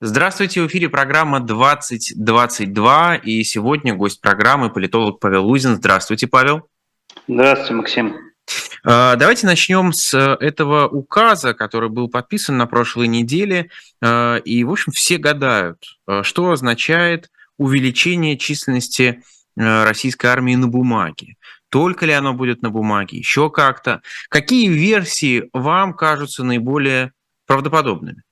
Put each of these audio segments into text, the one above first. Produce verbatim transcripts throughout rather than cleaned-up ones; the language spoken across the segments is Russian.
Здравствуйте, в эфире программа двадцать двадцать два, и сегодня гость программы политолог Павел Лузин. Здравствуйте, Павел. Здравствуйте, Максим. А, Давайте начнем с этого указа, который был подписан на прошлой неделе. А, И, в общем, все гадают, а, что означает увеличение численности а, российской армии на бумаге. Только ли оно будет на бумаге, еще как-то. Какие версии вам кажутся наиболее правдоподобными?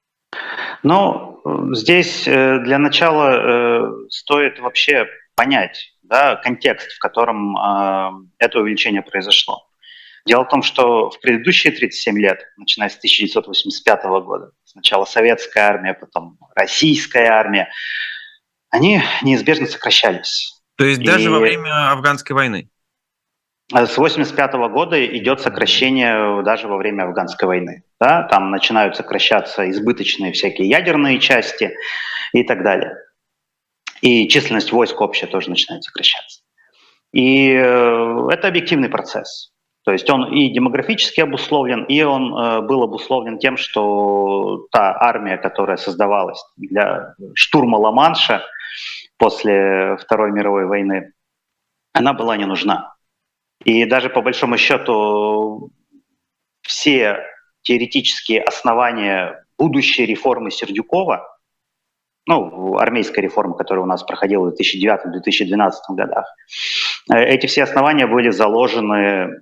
Ну, здесь э, для начала э, стоит вообще понять, да, контекст, в котором э, это увеличение произошло. Дело в том, что в предыдущие тридцать семь лет, начиная с тысяча девятьсот восемьдесят пятого года, сначала советская армия, потом российская армия, они неизбежно сокращались. То есть даже во И время афганской войны? с восемьдесят пятого года идет сокращение даже во время афганской войны. Да? Там начинают сокращаться избыточные всякие ядерные части и так далее. И численность войск общая тоже начинает сокращаться. И э, это объективный процесс. То есть он и демографически обусловлен, и он э, был обусловлен тем, что та армия, которая создавалась для штурма Ла-Манша после Второй мировой войны, она была не нужна. И даже по большому счету все теоретические основания будущей реформы Сердюкова, ну, армейской реформы, которая у нас проходила в две тысячи девятом — две тысячи двенадцатом годах, эти все основания были заложены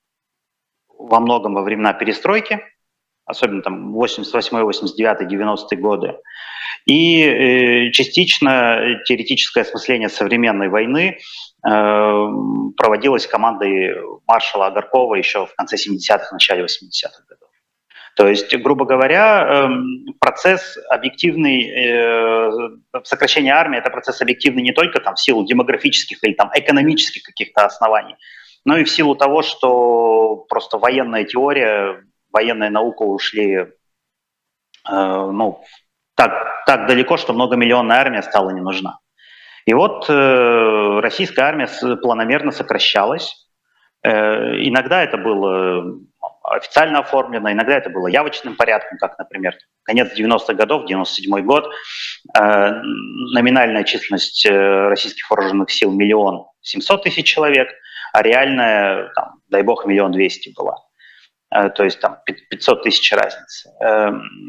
во многом во времена перестройки, особенно там восемьдесят восьмой, восемьдесят девятый, девяностые годы. И э, частично теоретическое осмысление современной войны э, проводилось командой маршала Агаркова еще в конце семидесятых, начале восьмидесятых годов. То есть, грубо говоря, процесс объективный, э, сокращение армии — это процесс объективный не только там, в силу демографических или там, экономических каких-то оснований, но и в силу того, что просто военная теория, военная наука ушли э, ну, так, так далеко, что многомиллионная армия стала не нужна. И вот э, российская армия планомерно сокращалась. Э, иногда это было официально оформлено, иногда это было явочным порядком, как, например, конец девяностых годов, девяносто седьмой год. Э, номинальная численность э, российских вооруженных сил миллион семьсот тысяч человек, а реальная, там, дай бог, миллион двести была. Э, то есть там пятьсот тысяч разницы. Э,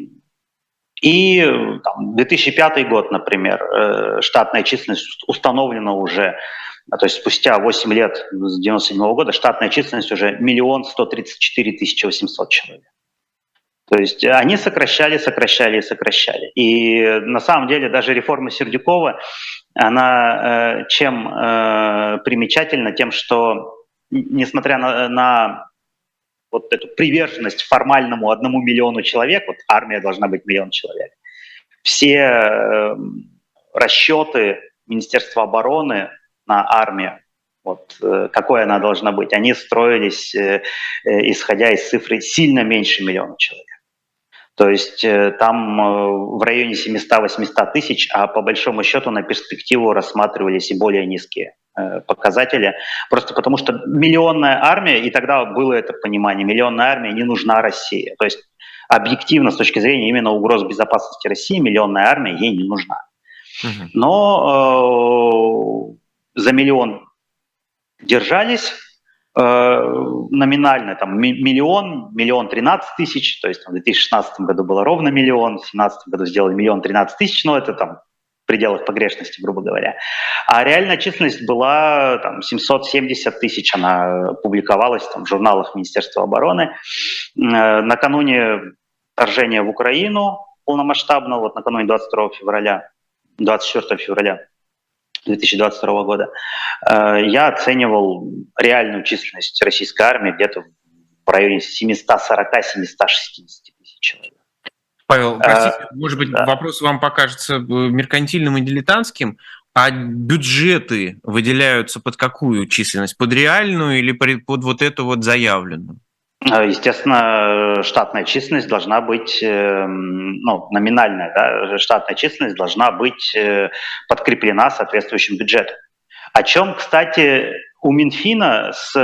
И там, две тысячи пятый год, например, штатная численность установлена уже, то есть спустя восемь лет с девяносто седьмого года штатная численность уже миллион сто тридцать четыре тысячи восемьсот человек. То есть они сокращали, сокращали и сокращали. И на самом деле даже реформа Сердюкова, она э, чем э, примечательна? Тем, что несмотря на, на вот эту приверженность формальному одному миллиону человек, вот армия должна быть миллион человек, все э, расчеты Министерства обороны на армию, вот, э, какой она должна быть, они строились, э, э, исходя из цифры сильно меньше миллиона человек. То есть э, там э, в районе семьсот-восемьсот тысяч, а по большому счету на перспективу рассматривались и более низкие э, показатели. Просто потому что миллионная армия, и тогда было это понимание, миллионная армия не нужна России. То есть объективно, с точки зрения именно угроз безопасности России, миллионная армия ей не нужна. Угу. Но э, за миллион держались. Номинально там миллион, миллион тринадцать тысяч, то есть там, в две тысячи шестнадцатом году было ровно миллион, в две тысячи семнадцатом году сделали миллион тринадцать тысяч, но это там в пределах погрешности, грубо говоря. А реальная численность была там, семьсот семьдесят тысяч, она публиковалась там, в журналах Министерства обороны. Накануне вторжения в Украину полномасштабного, вот накануне двадцать второго февраля, двадцать четвёртого февраля две тысячи двадцать второго года, я оценивал реальную численность российской армии где-то в районе семьсот сорок - семьсот шестьдесят тысяч человек. Павел, простите, а, может быть, да. вопрос вам покажется меркантильным и дилетантским, а бюджеты выделяются под какую численность? Под реальную или под вот эту вот заявленную? Естественно, штатная численность должна быть, ну, номинальная, да, штатная численность должна быть подкреплена соответствующим бюджетом. О чем, кстати, у Минфина с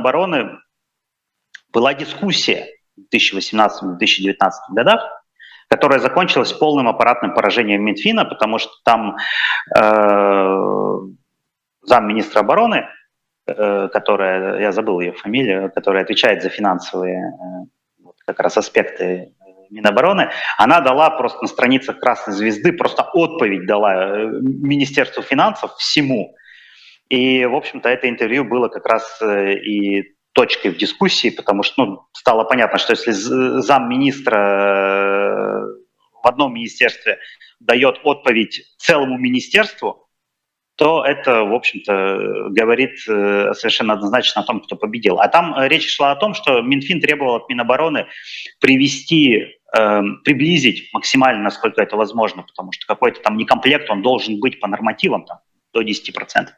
Минобороны была дискуссия в две тысячи восемнадцатом - две тысячи девятнадцатом годах, которая закончилась полным аппаратным поражением Минфина, потому что там э, замминистра обороны, э, которая, я забыл ее фамилию, которая отвечает за финансовые э, вот как раз аспекты Минобороны, она дала просто на страницах Красной Звезды, просто отповедь дала Министерству финансов всему. И, в общем-то, это интервью было как раз и точкой в дискуссии, потому что ну, стало понятно, что если замминистра в одном министерстве дает отповедь целому министерству, то это, в общем-то, говорит совершенно однозначно о том, кто победил. А там речь шла о том, что Минфин требовал от Минобороны привести, э, приблизить максимально, насколько это возможно, потому что какой-то там некомплект, он должен быть по нормативам там, до десяти процентов.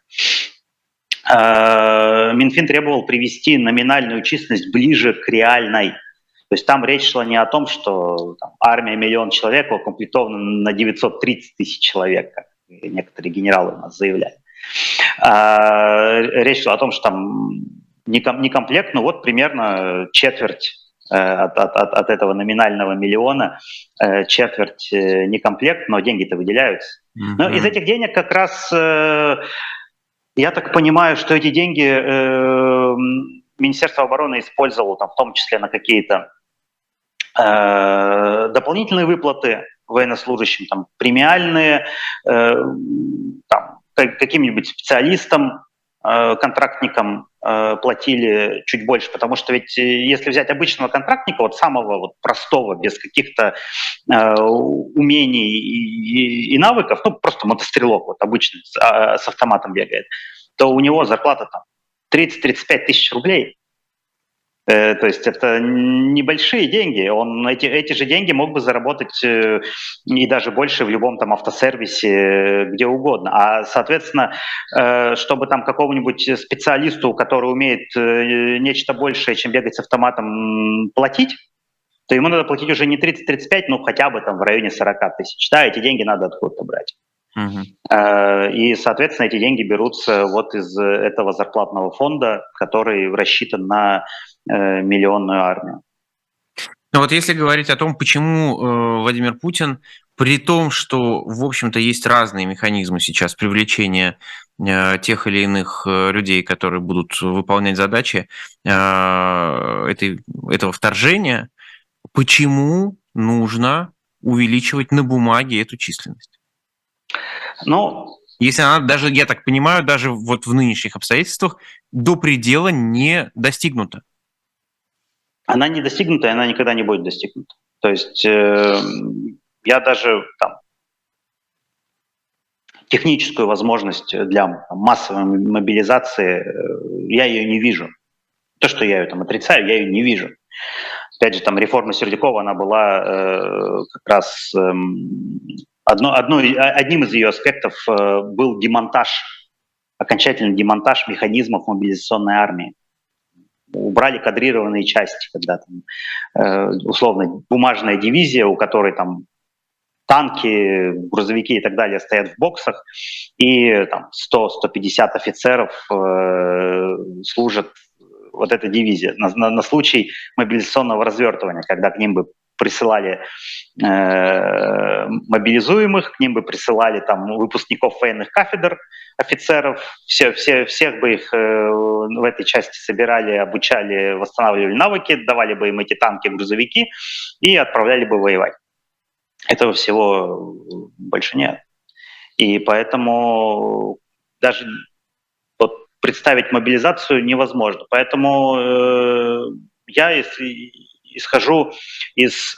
Э, Минфин требовал привести номинальную численность ближе к реальной. То есть там речь шла не о том, что там, армия миллион человек укомплектована на девятьсот тридцать тысяч человек, как некоторые генералы у нас заявляли. А, речь шла о том, что там не, ком, не комплект, но вот примерно четверть э, от, от, от этого номинального миллиона, э, четверть э, не комплект, но деньги-то выделяются. Mm-hmm. Но из этих денег как раз, э, я так понимаю, что эти деньги э, Министерство обороны использовало там, в том числе на какие-то э, дополнительные выплаты военнослужащим, там, премиальные, э, там, каким-нибудь специалистам, э, контрактникам э, платили чуть больше, потому что ведь если взять обычного контрактника, вот самого вот простого, без каких-то э, умений и, и, и навыков, ну просто мотострелок вот обычный с, а, с автоматом бегает, то у него зарплата там тридцать-тридцать пять тысяч рублей. То есть это небольшие деньги. Он эти, эти же деньги мог бы заработать э, и даже больше в любом там автосервисе, э, где угодно. А, соответственно, э, чтобы там какому-нибудь специалисту, который умеет э, нечто большее, чем бегать с автоматом, платить, то ему надо платить уже не тридцать-тридцать пять, ну хотя бы там в районе сорок тысяч. Да, эти деньги надо откуда-то брать. Uh-huh. И, соответственно, эти деньги берутся вот из этого зарплатного фонда, который рассчитан на э, миллионную армию. Но вот если говорить о том, почему э, Владимир Путин, при том, что, в общем-то, есть разные механизмы сейчас привлечения э, тех или иных э, людей, которые будут выполнять задачи э, этой, этого вторжения, почему нужно увеличивать на бумаге эту численность? Ну, если она даже, я так понимаю, даже вот в нынешних обстоятельствах до предела не достигнута. Она не достигнута, и она никогда не будет достигнута. То есть э, я даже там, техническую возможность для там, массовой мобилизации, э, я ее не вижу. То, что я ее там отрицаю, я ее не вижу. Опять же, там реформа Сердюкова, она была э, как раз... Э, Одно, одно, одним из ее аспектов э, был демонтаж, окончательный демонтаж механизмов мобилизационной армии. Убрали кадрированные части, когда там, э, условно бумажная дивизия, у которой там танки, грузовики и так далее стоят в боксах, и там сто-сто пятьдесят офицеров э, служат вот эта дивизия на, на, на случай мобилизационного развертывания, когда к ним бы присылали э, мобилизуемых, к ним бы присылали там выпускников военных кафедр, офицеров, все, все, всех бы их э, в этой части собирали, обучали, восстанавливали навыки, давали бы им эти танки, грузовики и отправляли бы воевать. Этого всего больше нет. И поэтому даже вот, представить мобилизацию невозможно. Поэтому э, я, если исхожу из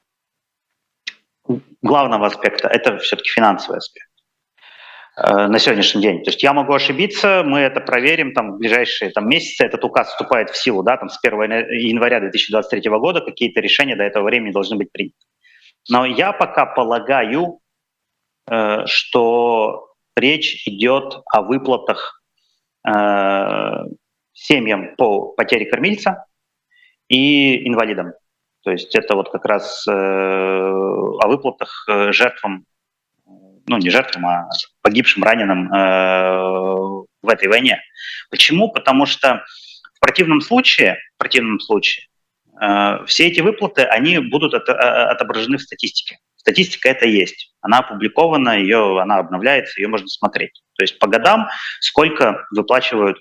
главного аспекта, это все-таки финансовый аспект э, на сегодняшний день. То есть я могу ошибиться, мы это проверим там, в ближайшие там, месяцы, этот указ вступает в силу, да, там, с первого января две тысячи двадцать третьего года, какие-то решения до этого времени должны быть приняты. Но я пока полагаю, э, что речь идет о выплатах э, семьям по потере кормильца и инвалидам. То есть это вот как раз э, о выплатах э, жертвам, ну не жертвам, а погибшим, раненым э, в этой войне. Почему? Потому что в противном случае, в противном случае все эти выплаты, они будут отображены в статистике. Статистика это есть. Она опубликована, ее, она обновляется, ее можно смотреть. То есть по годам сколько выплачивают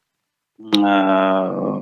э,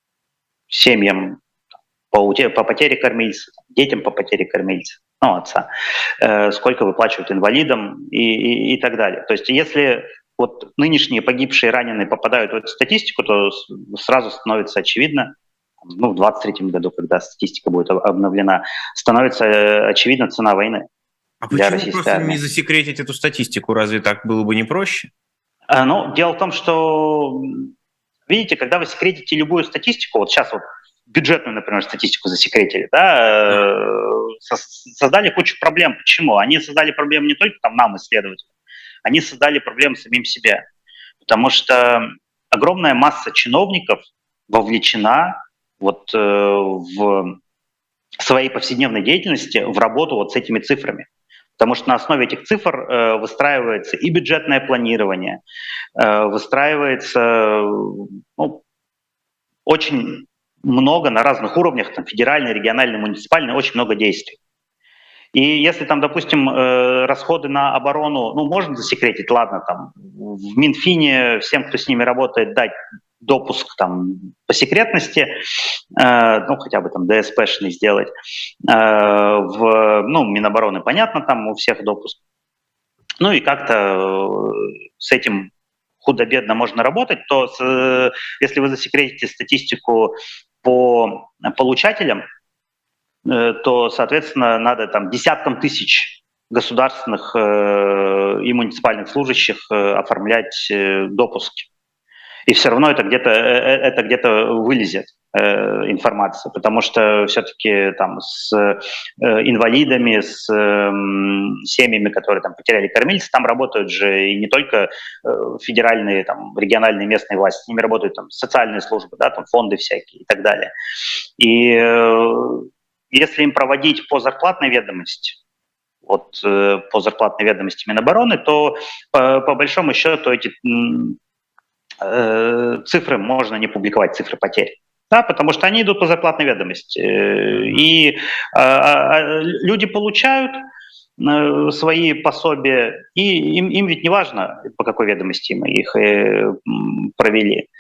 семьям по, по потере кормильца, детям по потере кормильца, ну, отца, э, сколько выплачивают инвалидам и, и, и так далее. То есть если вот нынешние погибшие, раненые попадают в эту статистику, то сразу становится очевидно, ну, в двадцать третьем году, когда статистика будет обновлена, становится очевидна цена войны А для почему российской просто армии. не засекретить эту статистику? Разве так было бы не проще? А, ну, дело в том, что, видите, когда вы секретите любую статистику, вот сейчас вот бюджетную, например, статистику засекретили, да, создали кучу проблем. Почему? Они создали проблемы не только там нам, исследователям, они создали проблемы самим себе. Потому что огромная масса чиновников вовлечена вот э, в своей повседневной деятельности в работу вот с этими цифрами. Потому что на основе этих цифр э, выстраивается и бюджетное планирование, э, выстраивается ну, очень много на разных уровнях, там, федеральный, региональный, муниципальный, очень много действий. И если там, допустим, э, расходы на оборону, ну, можно засекретить, ладно, там, в Минфине всем, кто с ними работает, дать допуск там по секретности, э, ну, хотя бы там ДСПшный сделать, э, в, ну, Минобороны, понятно, там у всех допуск. Ну, и как-то э, с этим худо-бедно можно работать, то с, э, если вы засекретите статистику по получателям, то, соответственно, надо там десяткам тысяч государственных э, и муниципальных служащих э, оформлять э, допуски. И все равно это где-то, э, это где-то вылезет э, информация, потому что все-таки там с э, инвалидами, с э, семьями, которые там потеряли кормильца, там работают же и не только э, федеральные, там, региональные, местные власти, с ними работают там социальные службы, да, там фонды всякие и так далее. И э, если им проводить по зарплатной ведомости, вот э, по зарплатной ведомости Минобороны, то по, по большому счету эти э, цифры можно не публиковать, цифры потерь. Да, потому что они идут по зарплатной ведомости. И э, э, люди получают э, свои пособия, и им, им ведь не важно, по какой ведомости мы их э, провели.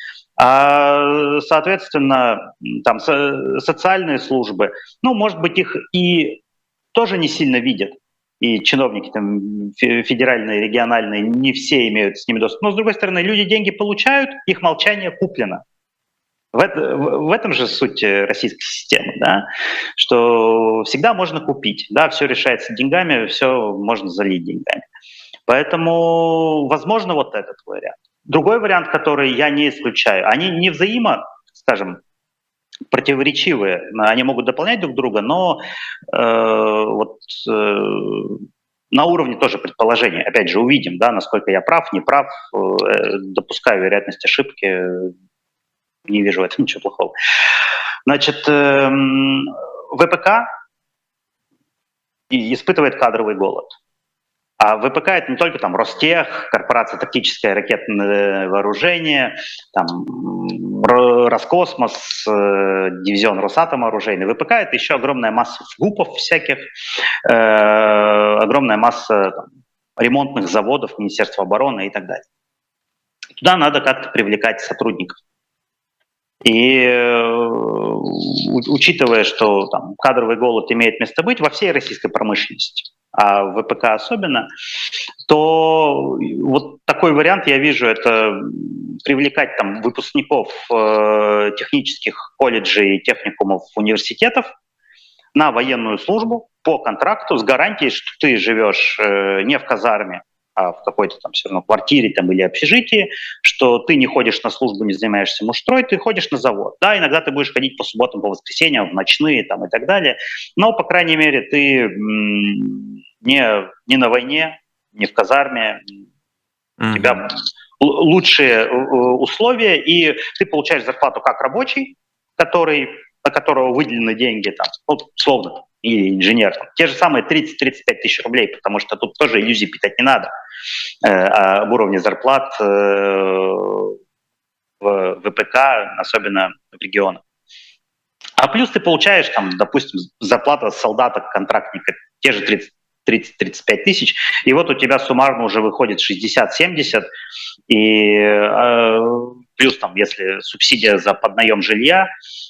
А, соответственно, там со- социальные службы, ну, может быть, их и тоже не сильно видят. И чиновники там федеральные, региональные, не все имеют с ними доступ. Но, с другой стороны, люди деньги получают, их молчание куплено. В, это, в этом же суть российской системы, да? Что всегда можно купить, да, все решается деньгами, все можно залить деньгами. Поэтому, возможно, вот этот вариант. Другой вариант, который я не исключаю, они не взаимо, скажем, противоречивые, они могут дополнять друг друга, но э, вот э, на уровне тоже предположения, опять же, увидим, да, насколько я прав, не прав, э, допускаю вероятность ошибки, не вижу в этом ничего плохого. Значит, э, ВПК испытывает кадровый голод. А ВПК это не только там Ростех, корпорация тактическое ракетное вооружение, там Роскосмос, э, дивизион Росатома оружейный. ВПК это еще огромная масса ФГУПов всяких, э, огромная масса там, ремонтных заводов, Министерства обороны и так далее. Туда надо как-то привлекать сотрудников. И э, учитывая, что там, кадровый голод имеет место быть во всей российской промышленности, а в ВПК особенно, то вот такой вариант я вижу, это привлекать там выпускников э, технических колледжей, техникумов, университетов на военную службу по контракту с гарантией, что ты живешь э, не в казарме, а в какой-то там все равно квартире там, или общежитии, что ты не ходишь на службу, не занимаешься муштрой, ты ходишь на завод. Да, иногда ты будешь ходить по субботам, по воскресеньям, в ночные там, и так далее, но, по крайней мере, ты м- не, не на войне, не в казарме, mm-hmm. у тебя лучшие условия, и ты получаешь зарплату как рабочий, который, на которого выделены деньги, там, ну, условно, или инженер, там, те же самые тридцать-тридцать пять тысяч рублей, потому что тут тоже иллюзий питать не надо э, об уровне зарплат э, в ВПК, особенно в регионах. А плюс ты получаешь, там, допустим, зарплата солдата, контрактника, те же тридцать-тридцать пять тысяч, и вот у тебя суммарно уже выходит шестьдесят-семьдесят, и э, плюс там, если субсидия за поднаем жилья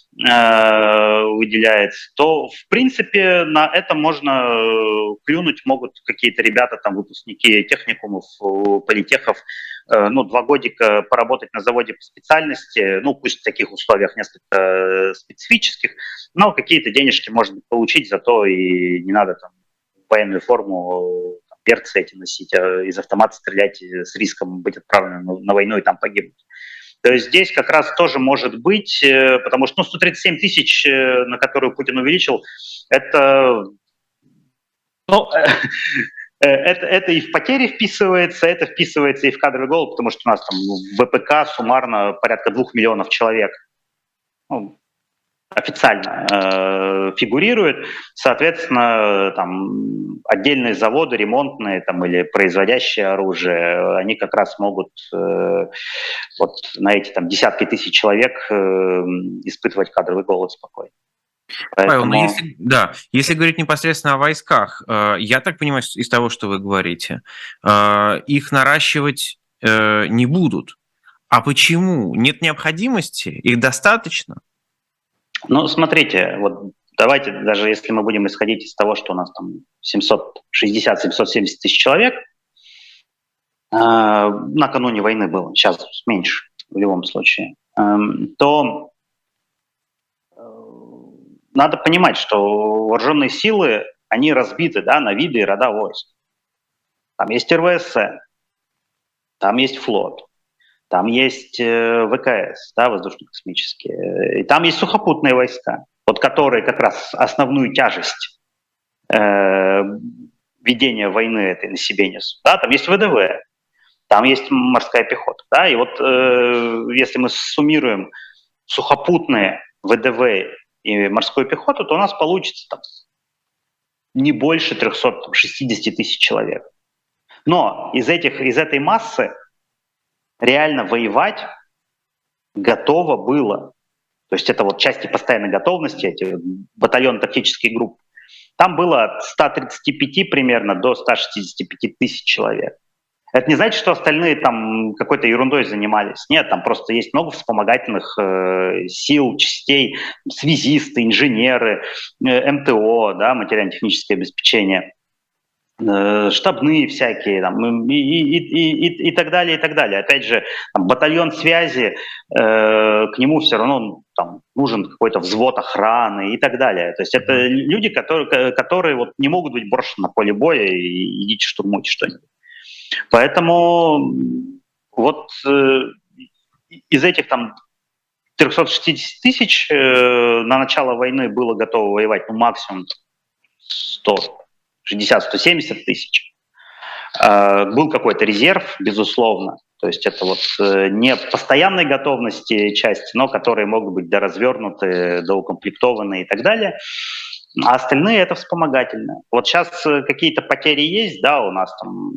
э, выделяется, то, в принципе, на это можно клюнуть, могут какие-то ребята, там, выпускники техникумов, политехов, э, ну, два годика поработать на заводе по специальности, ну, пусть в таких условиях несколько специфических, но какие-то денежки можно получить, зато и не надо там военную форму, там, перцы эти носить, а из автомата стрелять с риском быть отправленным на войну и там погибнуть. То есть здесь как раз тоже может быть, потому что ну, сто тридцать семь тысяч, на которую Путин увеличил, это, ну, это, это и в потери вписывается, это вписывается и в кадровый голод, потому что у нас там в ВПК суммарно порядка двух миллионов человек. Ну, официально э, фигурирует, соответственно, там отдельные заводы ремонтные там, или производящие оружие, они как раз могут э, вот на эти там десятки тысяч человек э, испытывать кадровый голод спокойно. Поэтому... Павел, но если, да, если говорить непосредственно о войсках, э, я так понимаю из того, что вы говорите, э, их наращивать э, не будут. А почему? Нет необходимости? Их достаточно? Ну, смотрите, вот давайте, даже если мы будем исходить из того, что у нас там семьсот шестьдесят - семьсот семьдесят тысяч человек, э, накануне войны было, сейчас меньше в любом случае, э, то э, надо понимать, что вооруженные силы, они разбиты, да, на виды и рода войск. Там есть эр вэ эс э, там есть флот, там есть вэ ка эс, да, воздушно-космические, и там есть сухопутные войска, вот которые как раз основную тяжесть э, ведения войны этой на себе несут. Да, там есть вэ дэ вэ, там есть морская пехота. Да, и вот э, если мы суммируем сухопутные вэ дэ вэ и морскую пехоту, то у нас получится там, не больше триста шестьдесят тысяч человек. Но из, этих, из этой массы реально воевать готово было. То есть это вот части постоянной готовности, эти батальон тактических групп. Там было от ста тридцати пяти примерно до ста шестидесяти пяти тысяч человек. Это не значит, что остальные там какой-то ерундой занимались. Нет, там просто есть много вспомогательных э, сил, частей, связисты, инженеры, э, эм тэ о, да, материально-техническое обеспечение, штабные всякие, там, и, и, и, и, и так далее, и так далее. Опять же, там, батальон связи, э, к нему все равно там, нужен какой-то взвод охраны и так далее. То есть это люди, которые, которые вот, не могут быть брошены на поле боя и идите штурмуйте что-нибудь. Поэтому вот э, из этих там трёхсот шестидесяти тысяч э, на начало войны было готово воевать ну, максимум сто шестьдесят - сто семьдесят тысяч. Был какой-то резерв, безусловно. То есть это вот не постоянной готовности части, но которые могут быть доразвернуты, доукомплектованы и так далее. А остальные это вспомогательные. Вот сейчас какие-то потери есть, да, у нас там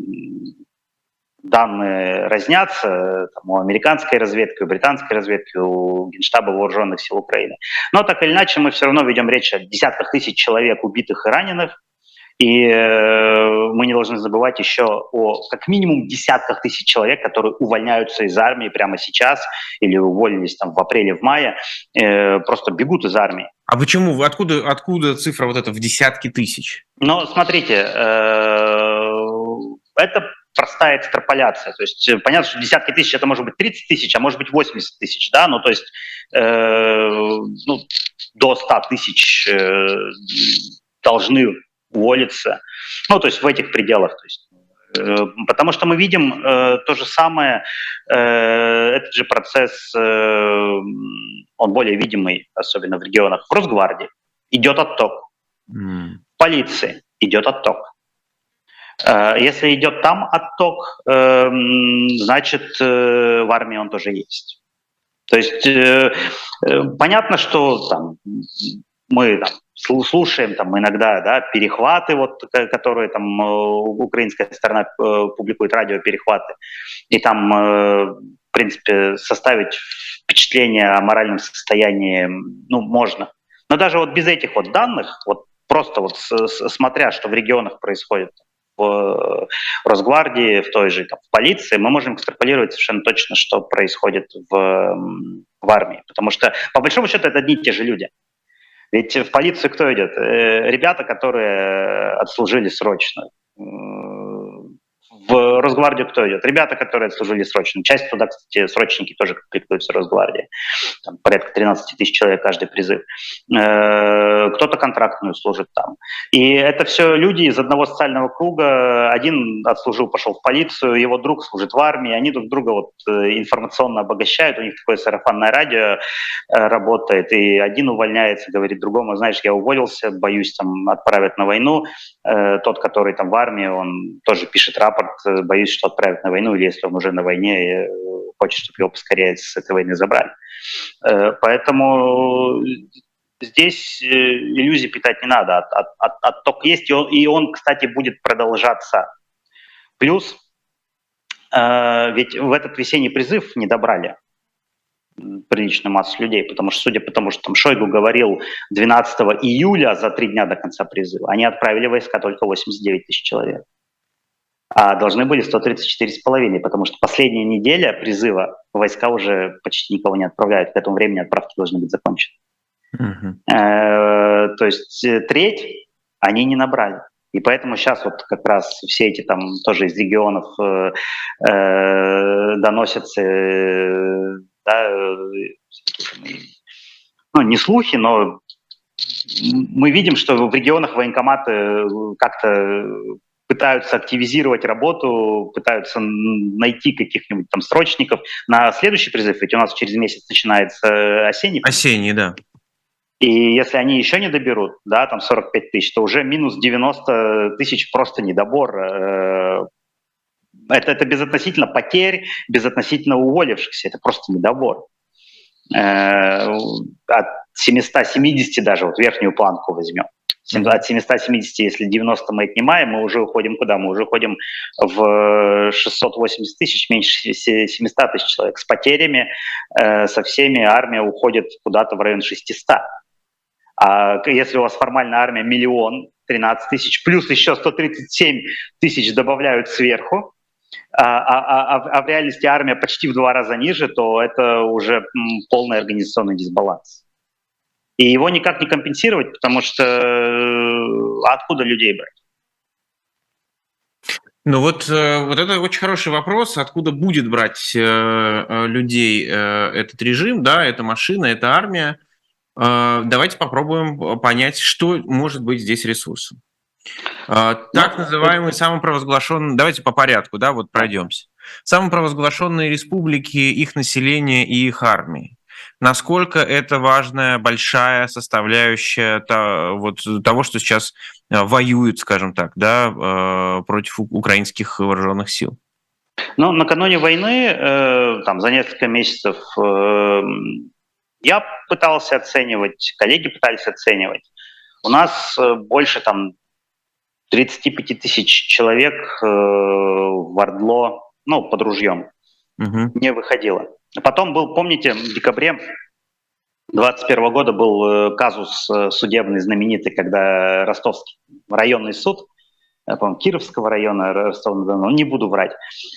данные разнятся там, у американской разведки, у британской разведки, у Генштаба Вооруженных сил Украины. Но так или иначе мы все равно ведем речь о десятках тысяч человек убитых и раненых. И э, мы не должны забывать еще о как минимум десятках тысяч человек, которые увольняются из армии прямо сейчас или уволились там в апреле, в мае, э, просто бегут из армии. А почему? Откуда, откуда цифра вот эта в десятки тысяч? Ну, смотрите, э, это простая экстраполяция. То есть понятно, что десятки тысяч это может быть тридцать тысяч, а может быть восемьдесят тысяч, да, ну то есть э, ну, до ста тысяч э, должны уволиться, ну, то есть в этих пределах. То есть, э, потому что мы видим э, то же самое, э, этот же процесс, э, он более видимый, особенно в регионах, в Росгвардии. Идет отток. Mm. В полиции идет отток. Э, если идет там отток, э, значит, э, в армии он тоже есть. То есть э, э, понятно, что там, мы там, слушаем там иногда, да, перехваты, вот, которые там украинская сторона публикует, радиоперехваты, и там, в принципе, составить впечатление о моральном состоянии, ну, можно. Но даже вот без этих вот данных, вот просто вот с, с, смотря, что в регионах происходит, в Росгвардии, в той же там, в полиции, мы можем экстраполировать совершенно точно, что происходит в, в армии. Потому что, по большому счету, это одни и те же люди. Ведь в полицию кто идет? Ребята, которые отслужили срочно. В Росгвардию кто идет? Ребята, которые отслужили срочно. Часть туда, кстати, срочники тоже комплектуются в Росгвардии. Там порядка тринадцать тысяч человек каждый призыв. Кто-то контрактную служит там. И это все люди из одного социального круга. Один отслужил, пошел в полицию, его друг служит в армии. Они друг друга вот информационно обогащают. У них такое сарафанное радио работает. И один увольняется, говорит другому: знаешь, я уволился, боюсь, там отправят на войну. Тот, который там в армии, он тоже пишет рапорт: боюсь, что отправят на войну, или если он уже на войне, хочет, чтобы его поскорее с этой войны забрали. Поэтому здесь иллюзий питать не надо. Отток есть, и он, и он, кстати, будет продолжаться. Плюс, ведь в этот весенний призыв не добрали приличную массу людей, потому что, судя по тому, что там Шойгу говорил двенадцатого июля, за три дня до конца призыва, они отправили войска только восемьдесят девять тысяч человек. А должны были сто тридцать четыре с половиной, потому что последняя неделя призыва войска уже почти никого не отправляют. К этому времени отправки должны быть закончены. Uh-huh. То есть треть они не набрали. И поэтому сейчас вот как раз все эти там тоже из регионов э, э, доносятся, э, да, ну не слухи, но мы видим, что в регионах военкоматы как-то пытаются активизировать работу, пытаются найти каких-нибудь там срочников на следующий призыв, ведь у нас через месяц начинается осенний призыв. Осенний, да. И если они еще не доберут, да, там сорок пять тысяч, то уже минус девяносто тысяч просто недобор. Это, это безотносительно потерь, безотносительно уволившихся, это просто недобор. От семисот семидесяти даже, вот верхнюю планку возьмем. От семисот семидесяти, если девяносто мы отнимаем, мы уже уходим куда? Мы уже уходим в шестьсот восемьдесят тысяч, меньше семисот тысяч человек. С потерями, со всеми армия уходит куда-то в район шестисот. А если у вас формальная армия миллион, тринадцать тысяч, плюс еще сто тридцать семь тысяч добавляют сверху, а, а, а, а в реальности армия почти в два раза ниже, то это уже м, полный организационный дисбаланс. И его никак не компенсировать, потому что а откуда людей брать? Ну вот, вот это очень хороший вопрос, откуда будет брать людей этот режим, да, эта машина, эта армия. Давайте попробуем понять, что может быть здесь ресурсом. Так называемые самопровозглашенные, давайте по порядку, да, вот пройдемся. Самопровозглашенные республики, их население и их армии. Насколько это важная, большая составляющая вот, того, что сейчас воюет, скажем так, да, против украинских вооруженных сил? Ну, накануне войны, там, за несколько месяцев, я пытался оценивать, коллеги пытались оценивать. У нас больше там тридцать пять тысяч человек в Ордло, ну, под ружьем, угу. не выходило. Потом был, помните, в декабре двадцать первого года был казус судебный знаменитый, когда Ростовский районный суд, я помню, Кировского района, Ростова-на-Дону, не буду врать,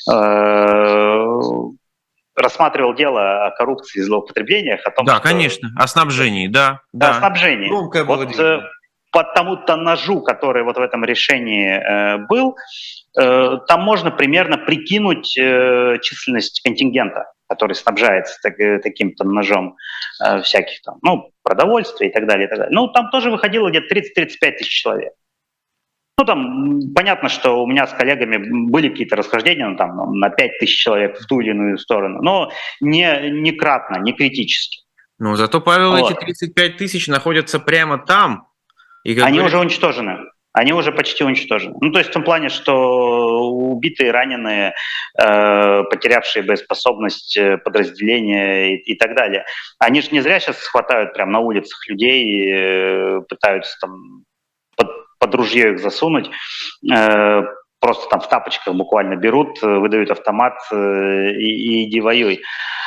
рассматривал дело о коррупции и злоупотреблениях. О том, да, что... конечно, о снабжении, да. Да, о снабжении. Громкое было вот, дело. По тому-то ножу, который вот в этом решении э, был, э, там можно примерно прикинуть э, численность контингента, который снабжается так, э, таким-то ножом э, всяких там, ну, продовольствия и так далее, и так далее. Ну, там тоже выходило где-то тридцать-тридцать пять тысяч человек. Ну, там понятно, что у меня с коллегами были какие-то расхождения, ну, там, на пять тысяч человек в ту или иную сторону, но не, не кратно, не критически. Ну, зато, Павел, вот. Эти тридцать пять тысяч находятся прямо там. И, Они говорится... уже уничтожены. Они уже почти уничтожены. Ну, то есть в том плане, что убитые, раненые, э, потерявшие боеспособность подразделения и, и так далее. Они же не зря сейчас хватают прямо на улицах людей, э, пытаются там под, под ружье их засунуть, э, просто там в тапочках буквально берут, выдают автомат э, и, и иди воюй.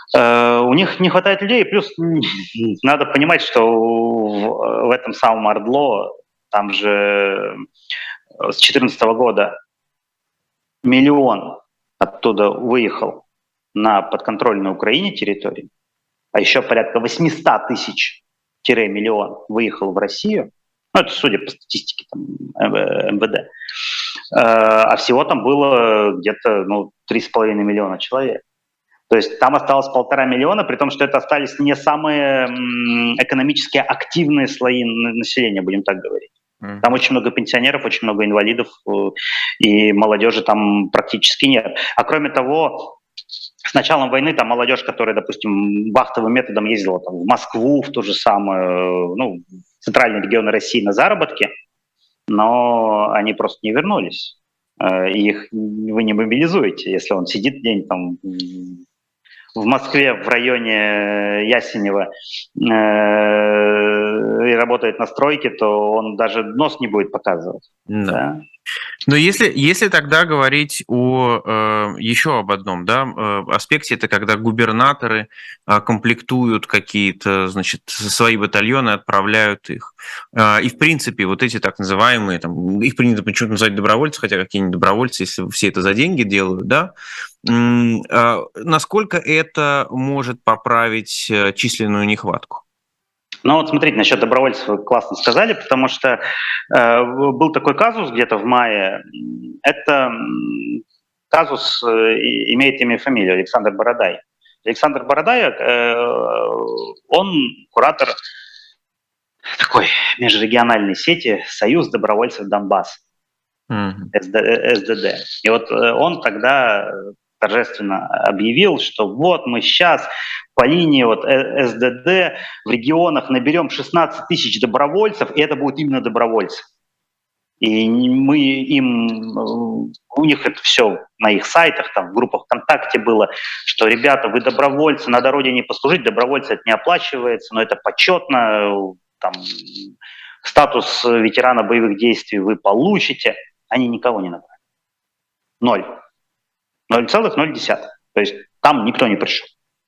У них не хватает людей, плюс надо понимать, что в, в этом самом Ордло, там же с две тысячи четырнадцатого года миллион оттуда выехал на подконтрольной Украине территории, а еще порядка восемьсот тысяч миллион выехал в Россию, ну это судя по статистике там, эм вэ дэ, а всего там было где-то ну, три с половиной миллиона человек. То есть там осталось полтора миллиона, при том, что это остались не самые экономически активные слои населения, будем так говорить. Mm-hmm. Там очень много пенсионеров, очень много инвалидов, и молодежи там практически нет. А кроме того, с началом войны там молодежь, которая, допустим, вахтовым методом ездила там, в Москву, в ту же самую, ну, в центральные регионы России на заработки, но они просто не вернулись. И их вы не мобилизуете, если он сидит где-нибудь там в Москве, в районе Ясенева э, и работает на стройке, то он даже нос не будет показывать. Да. Да? Но если, если тогда говорить о, э, еще об одном да, э, аспекте, это когда губернаторы э, комплектуют какие-то, значит, свои батальоны, отправляют их. Э, и, в принципе, вот эти так называемые, там, их принято почему-то называть добровольцы, хотя какие-нибудь добровольцы, если все это за деньги делают, да, э, насколько это может поправить численную нехватку? Ну вот смотрите, насчет добровольцев вы классно сказали, потому что э, был такой казус где-то в мае. Это казус э, имеет имя и фамилию Александр Бородай. Александр Бородай, э, он куратор такой межрегиональной сети «Союз добровольцев Донбасс», mm-hmm. эс дэ дэ. И вот э, он тогда торжественно объявил, что вот мы сейчас по линии вот эс дэ дэ в регионах наберем шестнадцать тысяч добровольцев, и это будут именно добровольцы. И мы им, у них это все на их сайтах, там в группах ВКонтакте было, что, ребята, вы добровольцы, надо родине послужить, добровольцы это не оплачивается, но это почетно, там, статус ветерана боевых действий вы получите. Они никого не набрали. Ноль. ноль целых ноль десятых. То есть там никто не пришел.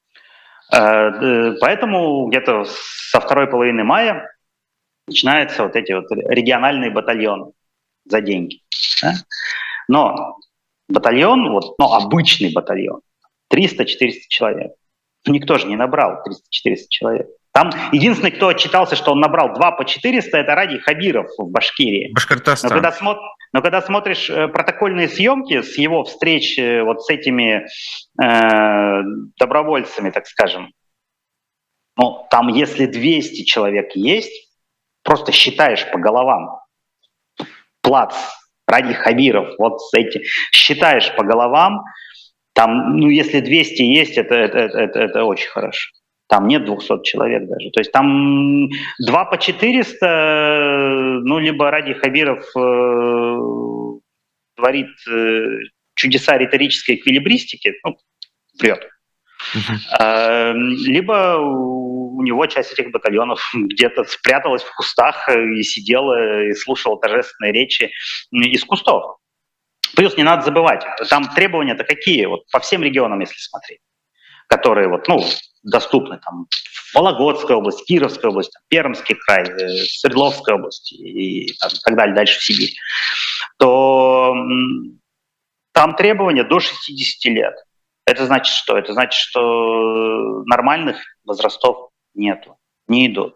Поэтому где-то со второй половины мая начинаются вот эти вот региональные батальоны за деньги. Да? Но батальон, вот, ну, обычный батальон, триста-четыреста человек. Никто же не набрал триста-четыреста человек. Там единственный, кто отчитался, что он набрал два по четыреста, это Радий Хабиров в Башкирии. Башкортостан. Но когда, смо... Но когда смотришь протокольные съемки с его встреч вот с этими э, добровольцами, так скажем, ну, там если двести человек есть, просто считаешь по головам. Плац, Радий Хабиров, вот с этим, считаешь по головам, там, ну, если двести есть, это, это, это, это очень хорошо. Там нет двухсот человек даже. То есть там два по четыреста, ну, либо Радий Хабиров э, творит э, чудеса риторической эквилибристики, ну, врет. Uh-huh. А, либо у него часть этих батальонов где-то спряталась в кустах и сидела и слушала торжественные речи из кустов. Плюс не надо забывать, там требования-то какие, вот по всем регионам, если смотреть, которые вот, ну, доступны, там, Вологодская область, Кировская область, там, Пермский край, Свердловская область и там, так далее, дальше в Сибирь, то там требования до шестидесяти лет. Это значит что? Это значит, что нормальных возрастов нету, не идут.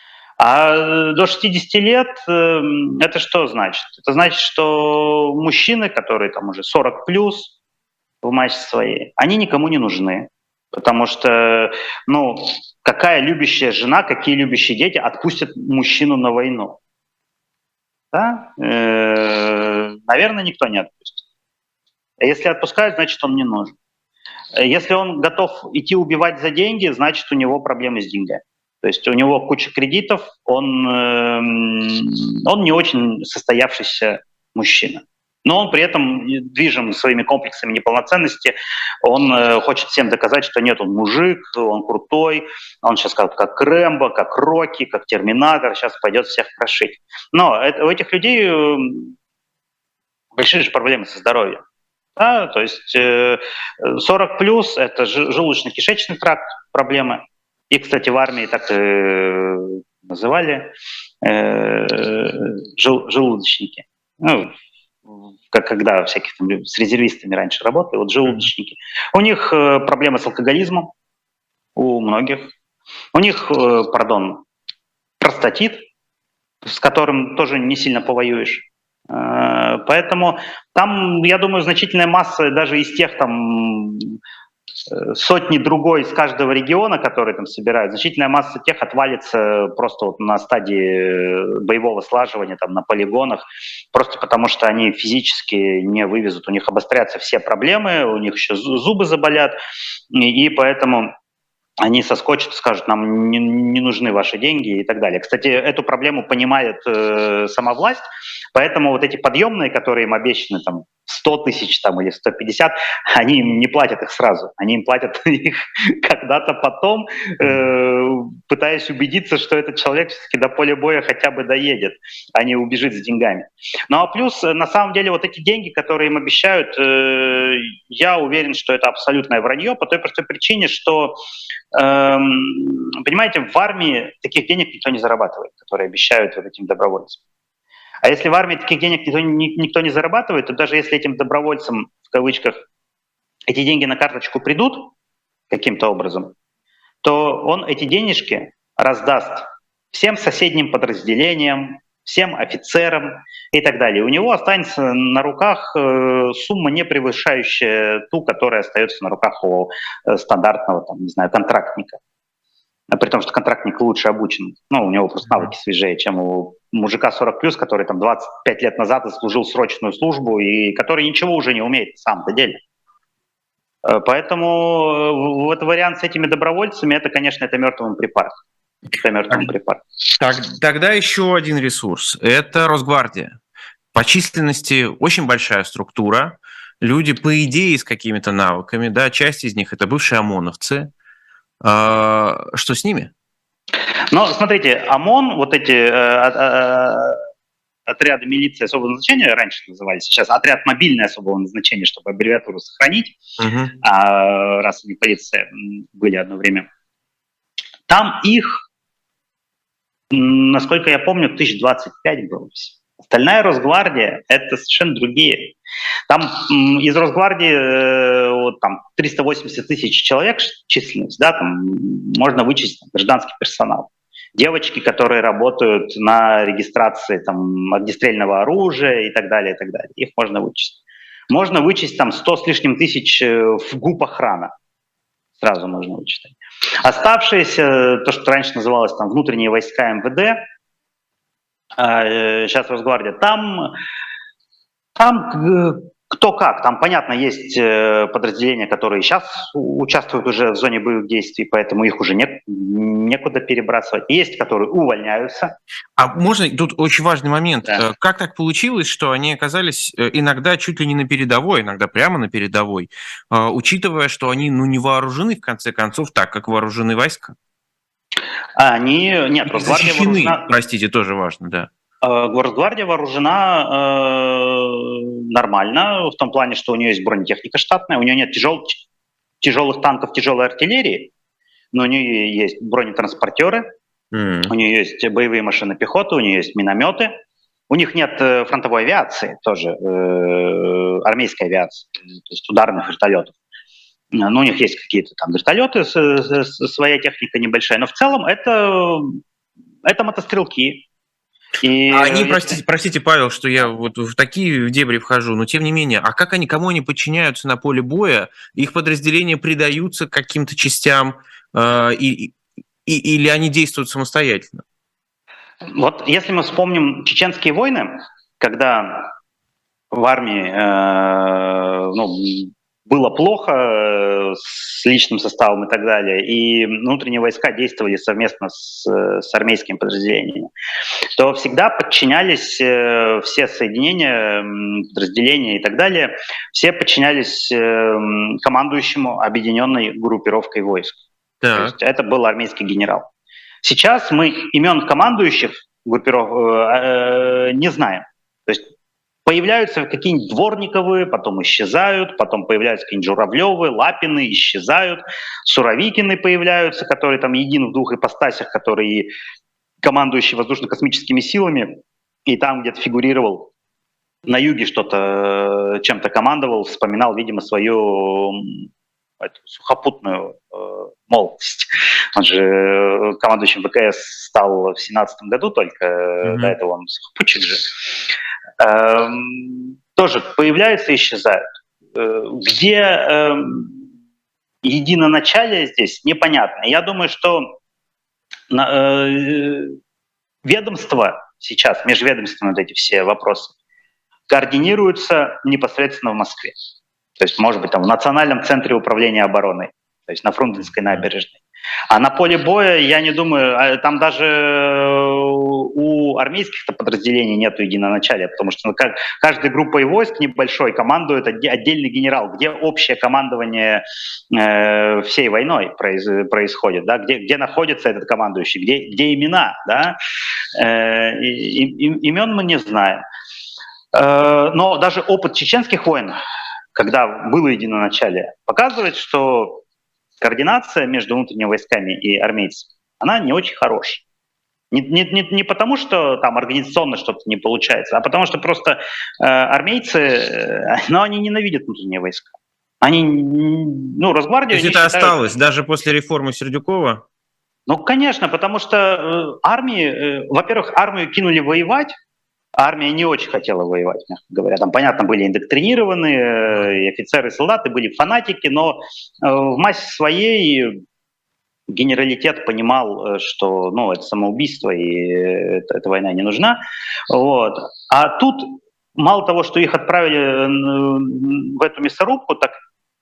А до шестидесяти лет это что значит? Это значит, что мужчины, которые там уже сорок плюс в массе своей, они никому не нужны. Потому что, ну, какая любящая жена, какие любящие дети отпустят мужчину на войну? Да? Э-э- наверное, никто не отпустит. А если отпускают, значит, он не нужен. Если он готов идти убивать за деньги, значит, у него проблемы с деньгами. То есть у него куча кредитов, он, э, он не очень состоявшийся мужчина. Но он при этом движим своими комплексами неполноценности, он э, хочет всем доказать, что нет, он мужик, он крутой, он сейчас как, как Рэмбо, как Рокки, как Терминатор, сейчас пойдет всех крошить. Но это, у этих людей э, большие же проблемы со здоровьем. Да, то есть э, сорок плюс – это желудочно-кишечный тракт, проблемы. И, кстати, в армии так и называли э, жел, желудочники. Ну, как когда всяких там с резервистами раньше работали, вот желудочники. У них э, проблемы с алкоголизмом, у многих. У них, э, пардон, простатит, с которым тоже не сильно повоюешь. Поэтому там, я думаю, значительная масса даже из тех там сотни другой из каждого региона, которые там собирают, значительная масса тех отвалится просто вот на стадии боевого слаживания, там, на полигонах, просто потому что они физически не вывезут, у них обострятся все проблемы, у них еще зубы заболят, и, и поэтому они соскочат, скажут, нам не, не нужны ваши деньги и так далее. Кстати, эту проблему понимает э, сама власть, поэтому вот эти подъемные, которые им обещаны, там, сто тысяч там, или сто пятьдесят, они им не платят их сразу, они им платят их когда-то потом, э, пытаясь убедиться, что этот человек все-таки до поля боя хотя бы доедет, а не убежит с деньгами. Ну а плюс, на самом деле, вот эти деньги, которые им обещают, э, я уверен, что это абсолютное вранье, по той простой причине, что понимаете, в армии таких денег никто не зарабатывает, которые обещают вот этим добровольцам. А если в армии таких денег никто, никто не зарабатывает, то даже если этим добровольцам, в кавычках, эти деньги на карточку придут каким-то образом, то он эти денежки раздаст всем соседним подразделениям, всем офицерам и так далее. У него останется на руках э, сумма, не превышающая ту, которая остается на руках у э, стандартного, там, не знаю, контрактника. А при том, что контрактник лучше обучен. Ну, у него просто навыки свежее, чем у мужика сорок плюс, который там двадцать пять лет назад служил срочную службу и который ничего уже не умеет на самом-то деле. Поэтому вот вариант с этими добровольцами, это, конечно, это мертвым припарк. Так, тогда еще один ресурс. Это Росгвардия. По численности очень большая структура. Люди, по идее, с какими-то навыками. Да, часть из них – это бывшие ОМОНовцы. А, что с ними? Ну, смотрите, ОМОН, вот эти э, э, отряды милиции особого назначения раньше назывались, сейчас отряд мобильное особого назначения, чтобы аббревиатуру сохранить, угу. а, раз они полиция были одно время. Там их, насколько я помню, тысяч двадцать пять было. Остальная Росгвардия – это совершенно другие. Там из Росгвардии вот, там, триста восемьдесят тысяч человек численность, да, там можно вычесть там, гражданский персонал. Девочки, которые работают на регистрации там, огнестрельного оружия и так далее, и так далее. Их можно вычесть. Можно вычесть там сто с лишним тысяч в ГУП охрана. Сразу можно вычитать. Оставшиеся, то, что раньше называлось там, внутренние войска эм вэ дэ, сейчас Росгвардия, там, там кто как, там, понятно, есть подразделения, которые сейчас участвуют уже в зоне боевых действий, поэтому их уже не, некуда перебрасывать. Есть, которые увольняются. А можно, тут очень важный момент, да. Как так получилось, что они оказались иногда чуть ли не на передовой, иногда прямо на передовой, учитывая, что они, ну, не вооружены, в конце концов, так, как вооружены войска? Они, нет, Росгвардия вооружена... Простите, тоже важно, да. Росгвардия вооружена э, нормально, в том плане, что у нее есть бронетехника штатная, у нее нет тяжел, тяжелых танков, тяжелой артиллерии, но у нее есть бронетранспортеры, mm. у нее есть боевые машины пехоты, у нее есть минометы, у них нет фронтовой авиации тоже, э, армейской авиации, то есть ударных вертолетов. Ну, у них есть какие-то там вертолеты, с, с, своя техника небольшая, но в целом это, это мотострелки. И а они, простите, простите, Павел, что я вот в такие дебри вхожу, но тем не менее, а как они, кому они подчиняются на поле боя? Их подразделения придаются каким-то частям э, и, и, или они действуют самостоятельно? Вот если мы вспомним чеченские войны, когда в армии э, ну, было плохо с личным составом и так далее, и внутренние войска действовали совместно с, с армейскими подразделениями, то всегда подчинялись э, все соединения, подразделения и так далее, все подчинялись э, командующему объединенной группировкой войск. Так. То есть это был армейский генерал. Сейчас мы имен командующих группиров э, э, не знаем. То есть Появляются какие-нибудь Дворниковы, потом исчезают, потом появляются какие-нибудь Журавлевы, Лапины, исчезают, Суровикины появляются, которые там един в двух ипостасях, которые командующий воздушно-космическими силами, и там где-то фигурировал, на юге что-то, чем-то командовал, вспоминал, видимо, свою эту сухопутную э, молодость. Он же командующим ВКС стал в семнадцатом году только, mm-hmm. до этого он сухопутчик же. Э, тоже появляются и исчезают. Э, где э, единоначалие здесь, непонятно. Я думаю, что на, э, ведомства сейчас, межведомственные вот эти все вопросы, координируются непосредственно в Москве. То есть, может быть, там в Национальном центре управления обороной, то есть на Фрунзенской набережной. А на поле боя, я не думаю, там даже у армейских-то подразделений нет единоначалия, потому что каждой группой войск небольшой командует отдельный генерал, где общее командование э, всей войной произ, происходит, да, где, где находится этот командующий, где, где имена, да, э, и, и, имен мы не знаем. Э, но даже опыт чеченских войн, когда было единоначалие, показывает, что координация между внутренними войсками и армейцами, она не очень хорошая. Не, не, не, не потому, что там организационно что-то не получается, а потому что просто э, армейцы, э, ну, они ненавидят внутренние войска. Они, ну, Росгвардию... То есть это считают... осталось даже после реформы Сердюкова? Ну, конечно, потому что э, армии, э, во-первых, армию кинули воевать, армия не очень хотела воевать, мягко говоря. Там, понятно, были индоктринированы, э, и офицеры, и солдаты, были фанатики, но э, в массе своей генералитет понимал, что ну, это самоубийство, и это, эта война не нужна. Вот. А тут мало того, что их отправили в эту мясорубку, так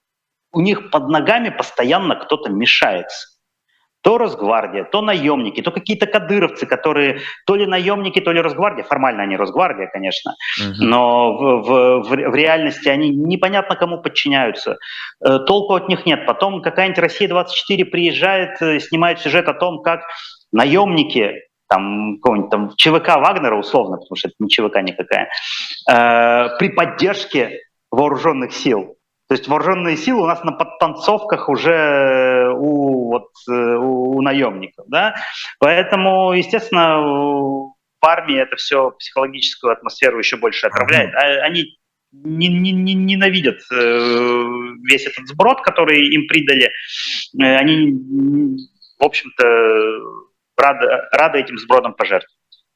у них под ногами постоянно кто-то мешается. То Росгвардия, то наемники, то какие-то кадыровцы, которые то ли наемники, то ли Росгвардия. Формально они Росгвардия, конечно, uh-huh. но в, в, в, в реальности они непонятно кому подчиняются. Э, толку от них нет. Потом какая-нибудь Россия-двадцать четыре приезжает, э, снимает сюжет о том, как наемники, там, какого-нибудь там ЧВК Вагнера, условно, потому что это не ЧВК никакая, э, при поддержке вооруженных сил. То есть вооруженные силы у нас на подтанцовках уже у, вот, у, у наемников. Да? Поэтому, естественно, в армии это все психологическую атмосферу еще больше отравляет. А они не, не, не, ненавидят весь этот сброд, который им придали. Они, в общем-то, рады, рады этим сбродом пожертвовать.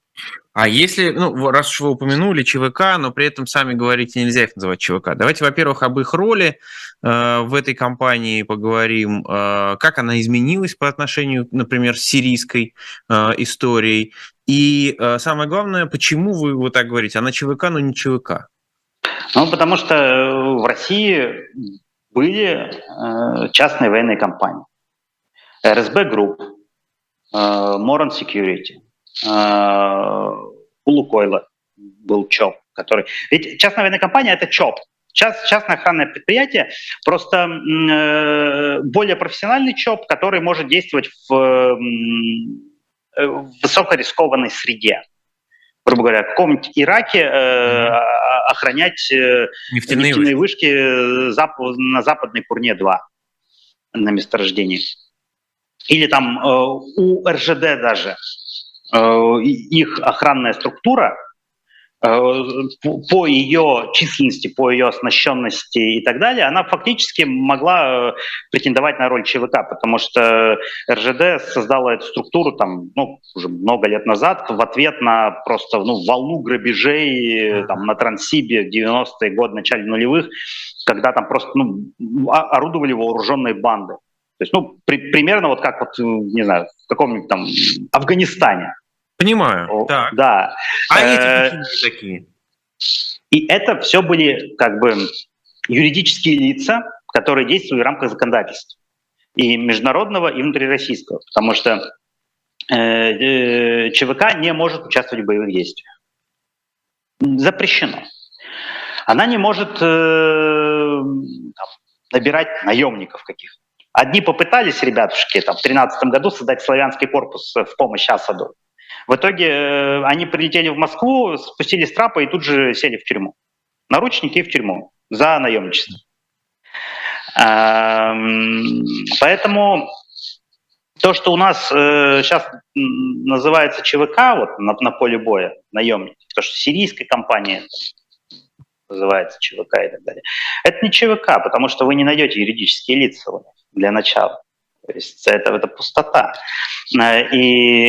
А если, ну, раз уж вы упомянули ЧВК, но при этом сами говорите, нельзя их называть ЧВК. Давайте, во-первых, об их роли э, в этой кампании поговорим, э, как она изменилась по отношению, например, с сирийской э, историей. И э, самое главное, почему вы вот так говорите, она ЧВК, но не ЧВК? Ну, потому что в России были э, частные военные компании. эр эс бэ Group, э, Moran Security, у Лукойла был ЧОП, который... Ведь частная военная компания – это ЧОП. Част, частное охранное предприятие, просто э, более профессиональный ЧОП, который может действовать в, э, в высокорискованной среде. Грубо говоря, в каком-нибудь Ираке э, охранять э, нефтяные, нефтяные вышки, вышки зап, на западной Пурне-два на месторождении. Или там э, у эр жэ дэ даже. Их охранная структура по ее численности, по ее оснащенности и так далее, она фактически могла претендовать на роль ЧВК, потому что эр жэ дэ создала эту структуру там, ну, уже много лет назад в ответ на просто ну, волну грабежей там, на Транссибе в девяностые годы, в начале нулевых, когда там просто ну, орудовали вооруженные банды. То есть, ну, при, примерно вот как вот, не знаю, в каком-нибудь там Афганистане. Понимаю. О, так. Да. А эти почему такие? И это все были как бы юридические лица, которые действовали в рамках законодательства. И международного, и внутрироссийского. Потому что э, э, ЧВК не может участвовать в боевых действиях. Запрещено. Она не может э, там, набирать наемников каких-то. Одни попытались, ребятушки, там, в тринадцатом году создать славянский корпус в помощь Асаду. В итоге э, они прилетели в Москву, спустились с трапа и тут же сели в тюрьму. Наручники и в тюрьму за наемничество. А, поэтому то, что у нас э, сейчас называется ЧВК вот, на, на поле боя, наемники, то, что сирийская компания называется ЧВК и так далее, это не ЧВК, потому что вы не найдете юридические лица для начала. То есть это, это пустота. И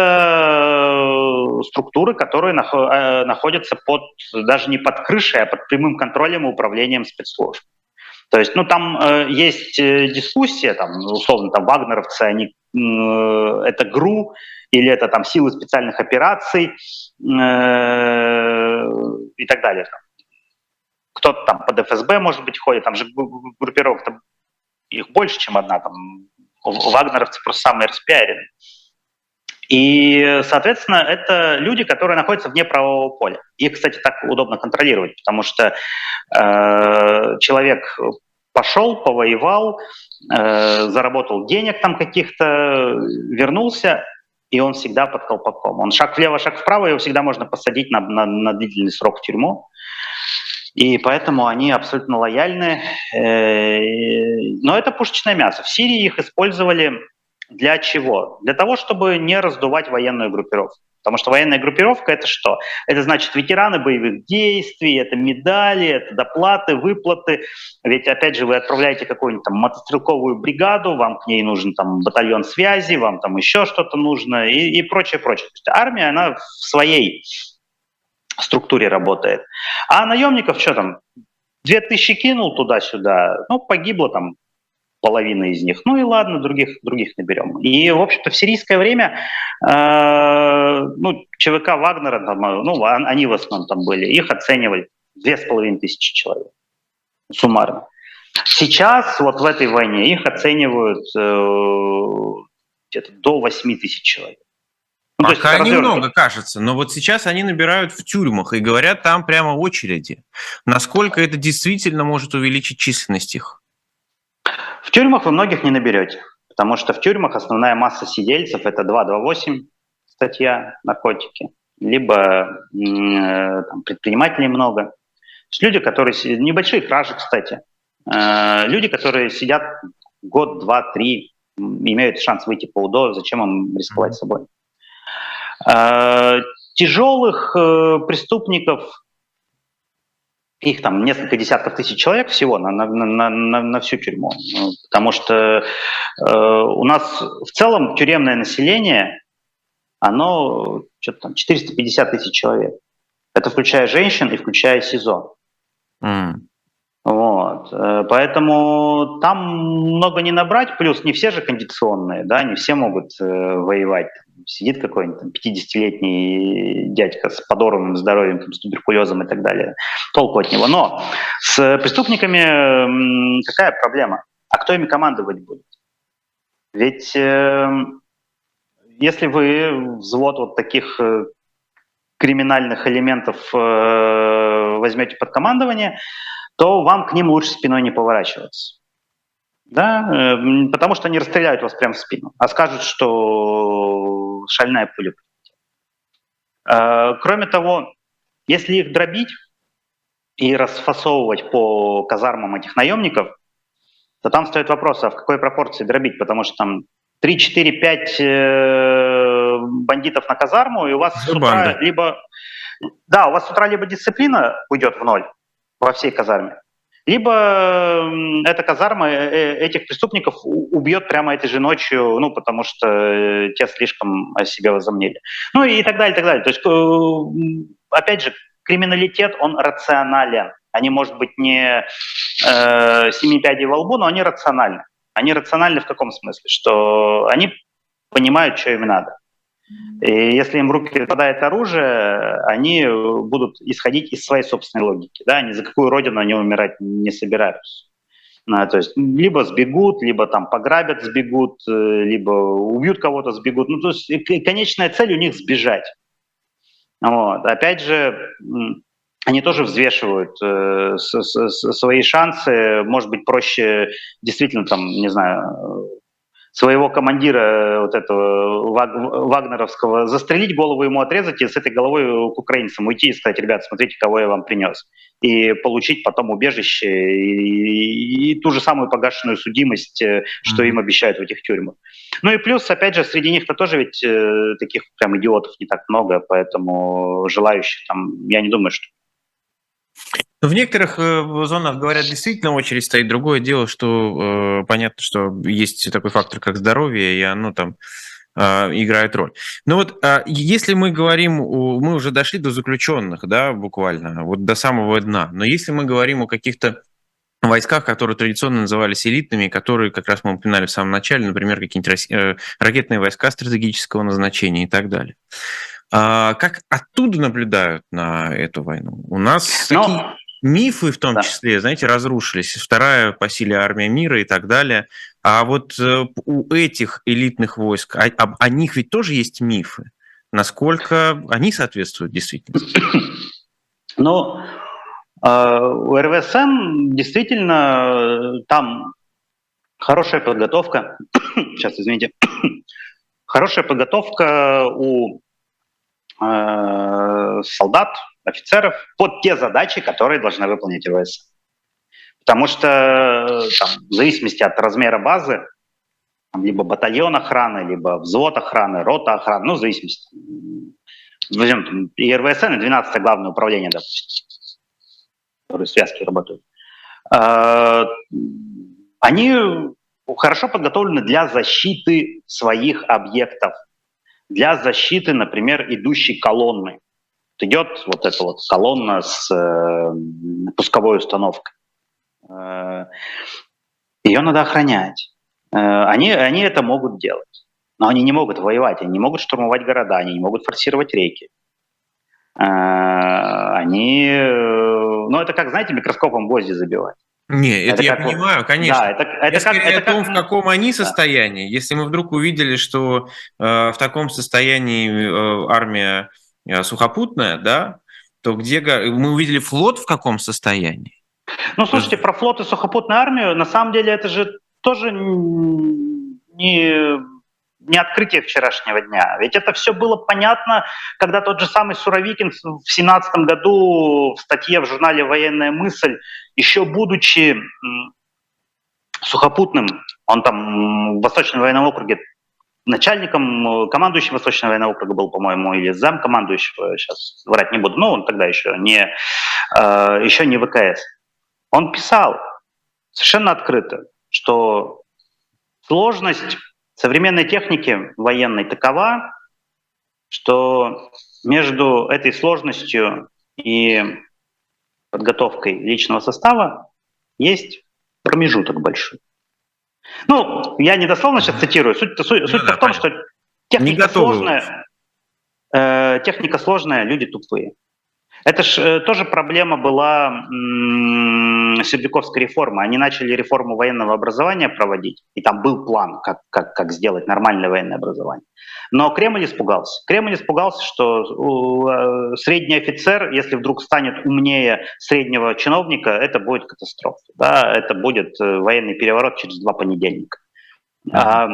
это структуры, которые находятся под, даже не под крышей, а под прямым контролем и управлением спецслужб. То есть, ну, там э, есть дискуссия, там, условно, там, вагнеровцы, они, э, это ГРУ, или это там силы специальных операций э, и так далее. Кто-то там под эф эс бэ, может быть, ходит, там же группировок, там, их больше, чем одна, там, вагнеровцы просто самые распиарены. И, соответственно, это люди, которые находятся вне правового поля. Их, кстати, так удобно контролировать, потому что э, человек пошел, повоевал, э, заработал денег там каких-то, вернулся, и он всегда под колпаком. Он шаг влево, шаг вправо, его всегда можно посадить на, на, на длительный срок в тюрьму. И поэтому они абсолютно лояльны. Но это пушечное мясо. В Сирии их использовали для чего? Для того, чтобы не раздувать военную группировку. Потому что военная группировка — это что? Это значит ветераны боевых действий, это медали, это доплаты, выплаты. Ведь, опять же, вы отправляете какую-нибудь там мотострелковую бригаду, вам к ней нужен там батальон связи, вам там еще что-то нужно и, и прочее, прочее. То есть армия, она в своей структуре работает. А наемников что там? Две тысячи кинул туда-сюда, ну, погибло там половина из них. Ну и ладно, других, других наберем. И, в общем-то, в сирийское время э, ну, ЧВК Вагнера, там, ну, они в основном там были, их оценивали две с половиной тысячи человек суммарно. Сейчас, вот в этой войне, их оценивают э, где-то до восьми тысяч человек. Ну, пока немного, кажется, но вот сейчас они набирают в тюрьмах и говорят, там прямо очереди. Насколько это действительно может увеличить численность их? В тюрьмах вы многих не наберете, потому что в тюрьмах основная масса сидельцев — это два двадцать восемь статья наркотики, либо э, там, предпринимателей много. То есть люди, которые... Небольшие кражи, кстати. Э, люди, которые сидят год, два, три, имеют шанс выйти по УДО, зачем им рисковать собой? Э, тяжелых э, преступников, их там несколько десятков тысяч человек всего на, на, на, на, на всю тюрьму. Потому что э, у нас в целом тюремное население, оно что-то там четыреста пятьдесят тысяч человек. Это включая женщин и включая СИЗО. Mm. Вот. Поэтому там много не набрать, плюс не все же кондиционные, да, не все могут э, воевать. Сидит какой-нибудь там пятидесятилетний дядька с подорванным здоровьем, там, с туберкулезом и так далее. Толку от него. Но с преступниками какая проблема? А кто ими командовать будет? Ведь э, если вы взвод вот таких э, криминальных элементов э, возьмете под командование, то вам к ним лучше спиной не поворачиваться. Да? Э, потому что они расстреляют вас прямо в спину, а скажут, что шальная пуля. Э, кроме того, если их дробить и расфасовывать по казармам этих наемников, то там стоит вопрос, а в какой пропорции дробить, потому что там три, четыре, пять э, бандитов на казарму, и у вас с утра либо... Да, у вас с утра либо дисциплина уйдет в ноль во всей казарме, либо эта казарма этих преступников убьет прямо этой же ночью, ну, потому что те слишком о себе возомнили. Ну и так далее, и так далее. То есть, опять же, криминалитет, он рационален. Они, может быть, не э, семи пядей во лбу, но они рациональны. Они рациональны в каком смысле? Что они понимают, что им надо. И если им в руки попадает оружие, они будут исходить из своей собственной логики. Да? Ни за какую родину они умирать не собираются. А, то есть либо сбегут, либо там пограбят, сбегут, либо убьют кого-то, сбегут. Ну, то есть конечная цель у них сбежать. Вот. Опять же, они тоже взвешивают э, с, с, свои шансы. Может быть, проще действительно там, не знаю, своего командира вот этого вагнеровского застрелить, голову ему отрезать и с этой головой к украинцам уйти и сказать: ребят, смотрите, кого я вам принес. И получить потом убежище и, и, и ту же самую погашенную судимость, что им обещают в этих тюрьмах. Ну и плюс, опять же, среди них-то тоже ведь э, таких прям идиотов не так много, поэтому желающих там, я не думаю, что... В некоторых э, зонах, говорят, действительно очередь стоит. Другое дело, что э, понятно, что есть такой фактор, как здоровье, и оно там э, играет роль. Но вот э, если мы говорим, мы уже дошли до заключенных, да, буквально, вот до самого дна, но если мы говорим о каких-то войсках, которые традиционно назывались элитными, которые, как раз мы упоминали в самом начале, например, какие-нибудь э, ракетные войска стратегического назначения и так далее. А как оттуда наблюдают на эту войну? У нас Но... такие мифы, в том да. числе, знаете, разрушились. Вторая по силе армия мира и так далее. А вот у этих элитных войск, о, о них ведь тоже есть мифы. Насколько они соответствуют действительности? Ну, у эр вэ эс эм действительно там хорошая подготовка. Сейчас, извините. Хорошая подготовка у солдат, офицеров под те задачи, которые должны выполнить эр вэ эс эм. Потому что там, в зависимости от размера базы, там, либо батальон охраны, либо взвод охраны, рота охраны, ну, в зависимости. Возьмем там, и эр вэ эс эм, и двенадцатое главное управление, допустим, которые связки работают. Они хорошо подготовлены для защиты своих объектов, для защиты, например, идущей колонны. Идет вот эта вот колонна с э, пусковой установкой. Э, ее надо охранять. Э, они, они это могут делать. Но они не могут воевать, они не могут штурмовать города, они не могут форсировать реки. Э, они... Э, ну, это как, знаете, микроскопом гвозди забивать. Не, это, это я понимаю, вот, конечно. Да, это, это я скорее как, о том, как... в каком они состоянии. Да. Если мы вдруг увидели, что э, в таком состоянии э, армия э, сухопутная, да, то где мы увидели флот в каком состоянии? Ну, слушайте, про флот и сухопутную армию, на самом деле это же тоже не... не открытие вчерашнего дня. Ведь это все было понятно, когда тот же самый Суровикин в семнадцатом году в статье в журнале «Военная мысль», еще будучи сухопутным, он там в Восточном военном округе начальником, командующим Восточного военного округа был, по-моему, или замкомандующего, сейчас врать не буду, но он тогда еще не, еще не вэ ка эс. Он писал совершенно открыто, что сложность современной техники военной такова, что между этой сложностью и подготовкой личного состава есть промежуток большой. Ну, я не дословно сейчас цитирую. Суть-то, суть, ну, суть-то да, в том, понятно. Что техника сложная, э, техника сложная, люди тупые. Это же э, тоже проблема была м- Сердюковской реформы. Они начали реформу военного образования проводить, и там был план, как, как, как сделать нормальное военное образование. Но Кремль испугался. Кремль испугался, что э, средний офицер, если вдруг станет умнее среднего чиновника, это будет катастрофа. Да? Это будет э, военный переворот через два понедельника. Mm-hmm. А,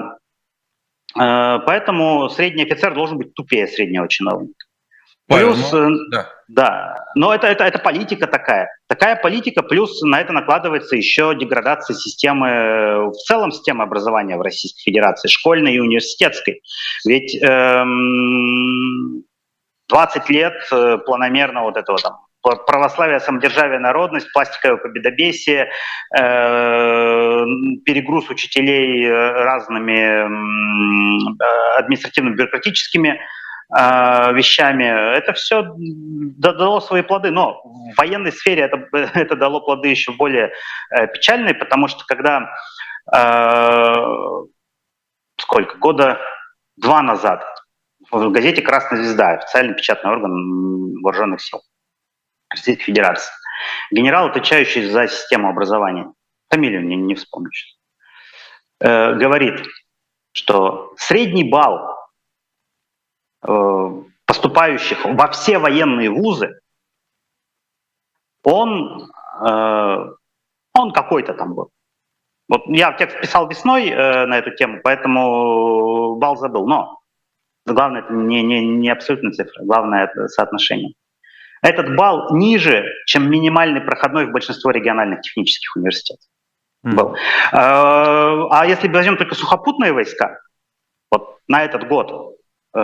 э, поэтому средний офицер должен быть тупее среднего чиновника. Плюс, ну, да. да, но это, это, это политика такая. Такая политика, плюс на это накладывается еще деградация системы, в целом системы образования в Российской Федерации, школьной и университетской. Ведь эм, двадцать лет планомерно вот этого там православие, самодержавие, народность, пластиковое победобесие, э, перегруз учителей разными э, административно-бюрократическими вещами, это все дало свои плоды. Но в военной сфере это, это дало плоды еще более э, печальные, потому что когда э, сколько, года два назад в газете «Красная звезда», официальный печатный орган вооруженных сил Российской Федерации, генерал, отвечающий за систему образования, фамилию не, не вспомню сейчас, э, говорит, что средний балл поступающих во все военные вузы, он, э, он какой-то там был. Вот я текст писал весной э, на эту тему, поэтому балл забыл. Но главное это не, не, не абсолютная цифра, главное это соотношение. Этот балл ниже, чем минимальный проходной в большинство региональных технических университетов. Mm. Был. А если возьмем только сухопутные войска, вот на этот год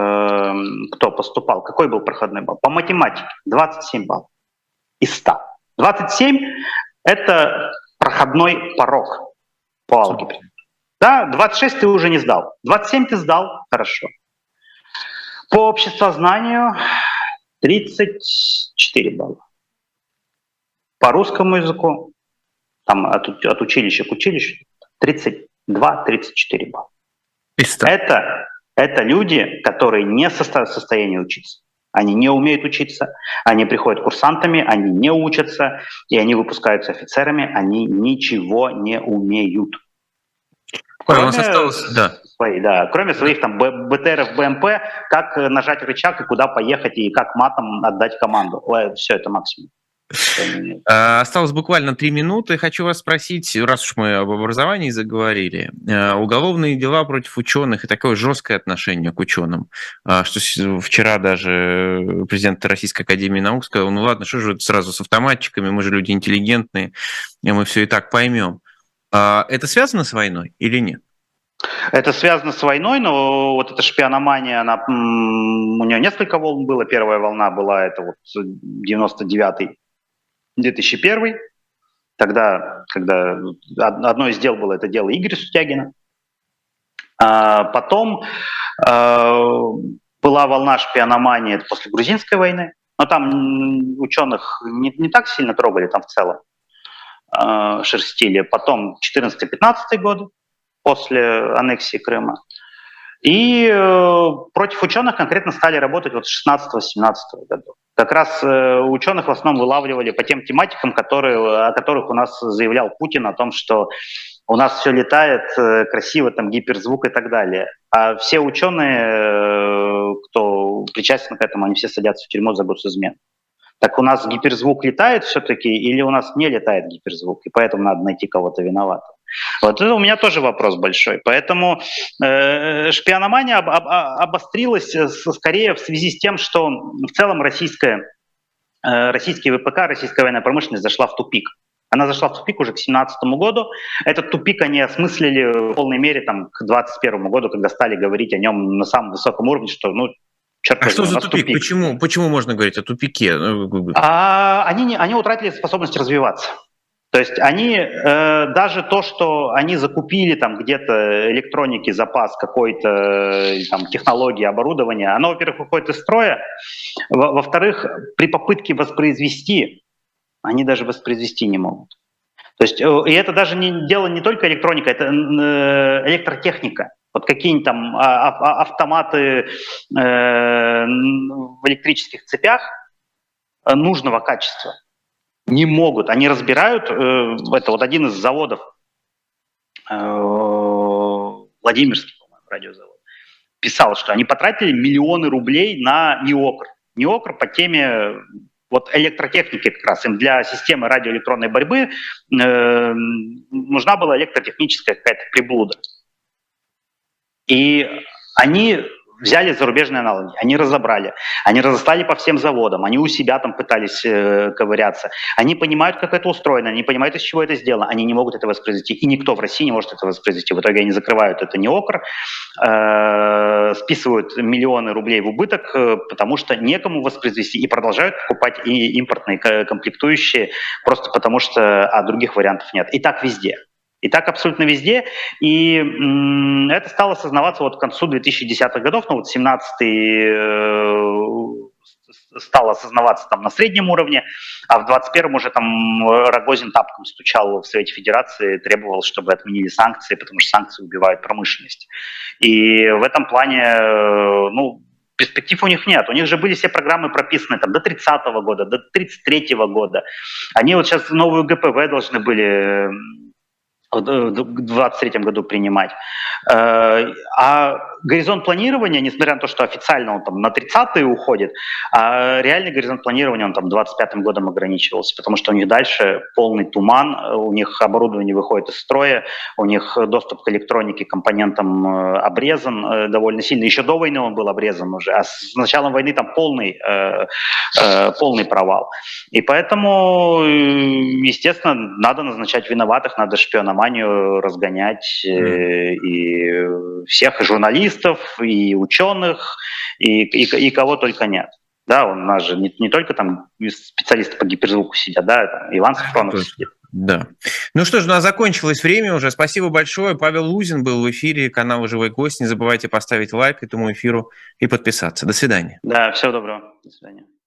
кто поступал, какой был проходной балл? По математике двадцать семь баллов из ста. двадцать семь – это проходной порог по алгебре. Да, двадцать шесть ты уже не сдал, двадцать семь ты сдал, хорошо. По обществознанию тридцать четыре балла. По русскому языку, там от, от училища к училищу, тридцать два - тридцать четыре балла. Это, это люди, которые не в состоянии учиться. Они не умеют учиться, они приходят курсантами, они не учатся, и они выпускаются офицерами, они ничего не умеют. Кроме, у нас осталось, да. Свои, да, кроме своих там бэ тэ эров, бэ эм пэ, как нажать рычаг и куда поехать, и как матом отдать команду. Все это максимум. Осталось буквально три минуты. Хочу вас спросить, раз уж мы об образовании заговорили, уголовные дела против ученых и такое жесткое отношение к ученым, что вчера даже президент Российской академии наук сказал, ну ладно, что же это сразу с автоматчиками, мы же люди интеллигентные, и мы все и так поймем. Это связано с войной или нет? Это связано с войной, но вот эта шпиономания, она, у нее несколько волн было. Первая волна была это вот девяносто девятый — две тысячи первый, тогда, когда одно из дел было это дело Игоря Сутягина. А потом э, была волна шпиономании это после грузинской войны, но там ученых не, не так сильно трогали, там в целом э, шерстили. Потом четырнадцатый-пятнадцатый годы, после аннексии Крыма. И э, против ученых конкретно стали работать вот с шестнадцатого-семнадцатого годов. Как раз э, ученых в основном вылавливали по тем тематикам, которые, о которых у нас заявлял Путин, о том, что у нас все летает э, красиво, там гиперзвук и так далее. А все ученые, э, кто причастен к этому, они все садятся в тюрьму за госизмену. Так у нас гиперзвук летает все-таки или у нас не летает гиперзвук, и поэтому надо найти кого-то виноватого? Вот это у меня тоже вопрос большой. Поэтому э, шпиономания об, об, обострилась скорее в связи с тем, что в целом российская, э, российский вэ пэ ка, российская военная промышленность зашла в тупик. Она зашла в тупик уже к семнадцатому году. Этот тупик они осмыслили в полной мере там, к двадцать первому году, когда стали говорить о нем на самом высоком уровне, что ну, черт возьми, а что за тупик? тупик? Почему, почему можно говорить о тупике? А, они, они утратили способность развиваться. То есть они, э, даже то, что они закупили там где-то электроники, запас какой-то там технологии, оборудования, оно, во-первых, выходит из строя, во- во-вторых, при попытке воспроизвести, они даже воспроизвести не могут. То есть, э, и это даже не, дело не только электроника, это э, электротехника. Вот какие-нибудь там а, а, автоматы э, в электрических цепях нужного качества не могут. Они разбирают, э, это вот один из заводов, э, Владимирский, по-моему, радиозавод, писал, что они потратили миллионы рублей на НИОКР. НИОКР по теме вот электротехники как раз. Им для системы радиоэлектронной борьбы э, нужна была электротехническая какая-то приблуда. И они взяли зарубежные аналоги, они разобрали, они разослали по всем заводам, они у себя там пытались э, ковыряться. Они понимают, как это устроено, они понимают, из чего это сделано, они не могут это воспроизвести, и никто в России не может это воспроизвести. В итоге они закрывают это НИОКР, э, списывают миллионы рублей в убыток, э, потому что некому воспроизвести, и продолжают покупать и импортные комплектующие, просто потому что а, других вариантов нет. И так везде. И так абсолютно везде. И м- это стало осознаваться вот к концу две тысячи десятых годов, ну вот семнадцатый э- стал осознаваться там на среднем уровне, а в двадцать первом уже там Рогозин тапком стучал в Совете Федерации, требовал, чтобы отменили санкции, потому что санкции убивают промышленность. И в этом плане, э- ну, перспектив у них нет. У них же были все программы прописаны там, до тридцатого года, до тридцать третьего года. Они вот сейчас новую гэ пэ вэ должны были в двадцать третьем году принимать. А горизонт планирования, несмотря на то, что официально он там на тридцатые уходит, а реальный горизонт планирования он там двадцать пятым годом ограничивался, потому что у них дальше полный туман, у них оборудование выходит из строя, у них доступ к электронике, компонентам обрезан довольно сильно. Еще до войны он был обрезан уже, а с началом войны там полный, полный провал. И поэтому, естественно, надо назначать виноватых, надо шпиономанию разгонять э, и всех, и журналистов, и ученых, и, и, и кого только нет. Да, у нас же не, не только там специалисты по гиперзвуку сидят, да, там Иван Сафронов сидит. Да. Ну что ж, у нас закончилось время уже. Спасибо большое. Павел Лузин был в эфире канала «Живой гость». Не забывайте поставить лайк этому эфиру и подписаться. До свидания. Да, всего доброго. До свидания.